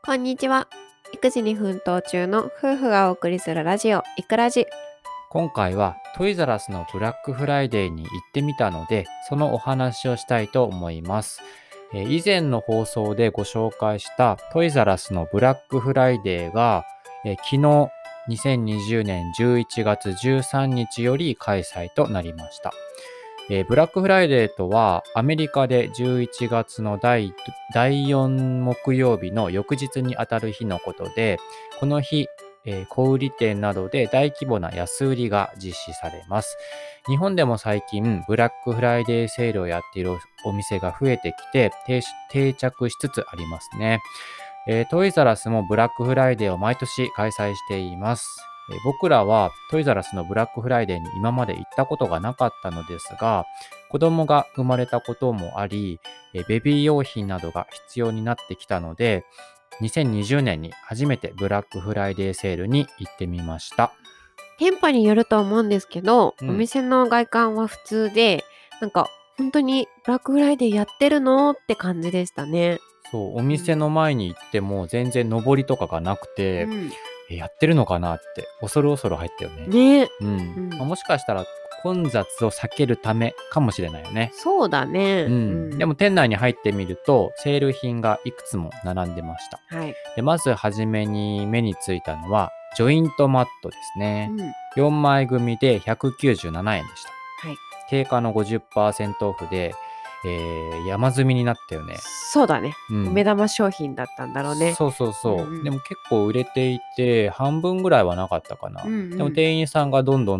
こんにちは。育児に奮闘中の夫婦がお送りするラジオ、いくらじ。 今回はトイザらスのブラックフライデーに行ってみたので、そのお話をしたいと思います。以前の放送でご紹介したトイザらスのブラックフライデーが、昨日2020年11月13日より開催となりました。ブラックフライデーとはアメリカで11月の第4木曜日の翌日にあたる日のことで、この日小売店などで大規模な安売りが実施されます。日本でも最近ブラックフライデーセールをやっているお店が増えてきて定着しつつありますね。トイザらスもブラックフライデーを毎年開催しています。僕らはトイザらスのブラックフライデーに今まで行ったことがなかったのですが、子供が生まれたこともあり、ベビー用品などが必要になってきたので、2020年に初めてブラックフライデーセールに行ってみました。 店舗によると思うんですけど、 うんお店の外観は普通で、本当にブラックフライデーやってるのって感じでしたね。 そう、お店の前に行っても全然上りとかがなくて、やってるのかなって恐る恐る入ったよね。 ね。 もしかしたら混雑を避けるためかもしれないよね。 そうだね。 でも店内に入ってみるとセール品がいくつも並んでました。 はい。 でまずはじめに目についたのはジョイントマットですね。4枚組で197円でした。 はい。 定価の 50% オフで、山積みになったよね。 そうだね。 うん目玉商品だったんだろうね。 そうそうそう、 うんうんでも結構売れていて半分ぐらいはなかったかな。でも店員さんがどんどん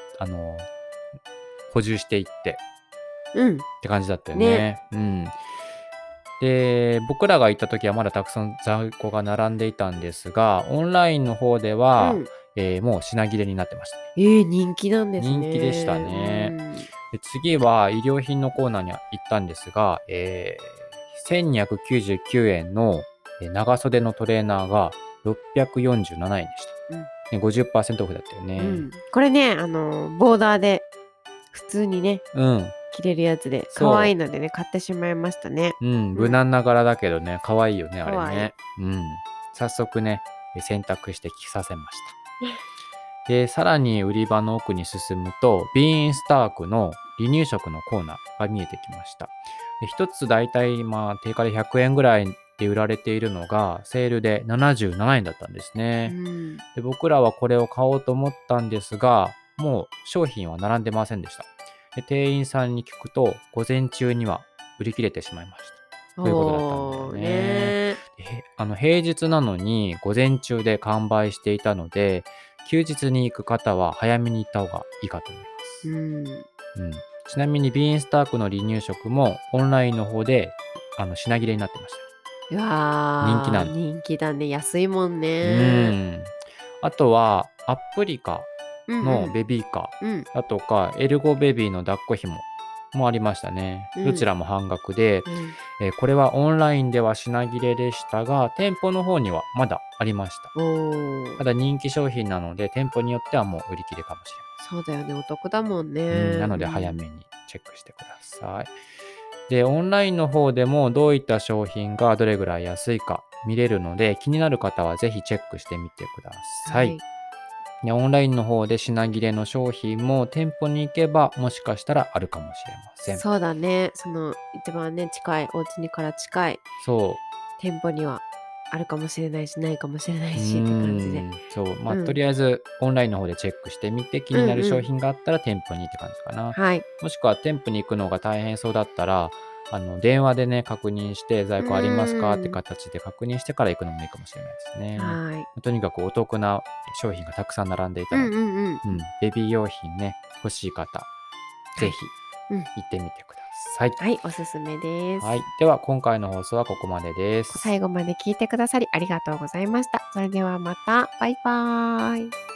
補充していってって感じだったよね。で僕らが行った時はまだたくさん在庫が並んでいたんですが、オンラインの方では、もう品切れになってました。 人気なんですね。 人気でしたね。で次は衣料品のコーナーに行ったんですが、1299円の長袖のトレーナーが647円でした。50% オフだったよね。 これね、ボーダーで普通にね、着れるやつで可愛いのでね、買ってしまいましたね。 無難な柄だけどね、可愛いよね、あれね。早速ね、選択して着させました。で、さらに売り場の奥に進むと、ビーンスタークの離乳食のコーナーが見えてきました。で一つだいたい定価で100円ぐらいで売られているのが、セールで77円だったんですね。で僕らはこれを買おうと思ったんですが、もう商品は並んでませんでした。で店員さんに聞くと、午前中には売り切れてしまいました。ということだったんだよね。平日なのに午前中で完売していたので、休日に行く方は早めに行った方がいいかと思います。ちなみにビーンスタークの離乳食もオンラインの方で品切れになってました。 うわー、 人気なの。 人気だね。安いもんね。 あとはアップリカのベビーカーだとか、エルゴベビーの抱っこ紐もありましたね。どちらも半額で、これはオンラインでは品切れでしたが、店舗の方にはまだありました。ただ人気商品なので、店舗によってはもう売り切れかもしれません。 そうだよね、お得だもんね。 なので早めにチェックしてください。で、オンラインの方でもどういった商品がどれぐらい安いか見れるので、気になる方はぜひチェックしてみてください。でオンラインの方で品切れの商品も店舗に行けばもしかしたらあるかもしれません。 そうだね。その一番ね、近い、お家にから近い店舗にはあるかもしれないし、ないかもしれないしって感じで。 とりあえずオンラインの方でチェックしてみて、気になる商品があったら店舗にって感じかな。もしくは店舗に行くのが大変そうだったら、電話でね、確認して在庫ありますかって形で確認してから行くのもいいかもしれないですね。とにかくお得な商品がたくさん並んでいたので、ベビー用品ね、欲しい方、ぜひ行ってみてください。 はい、おすすめです。 では今回の放送はここまでです。 最後まで聞いてくださりありがとうございました。それではまた。バイバーイ。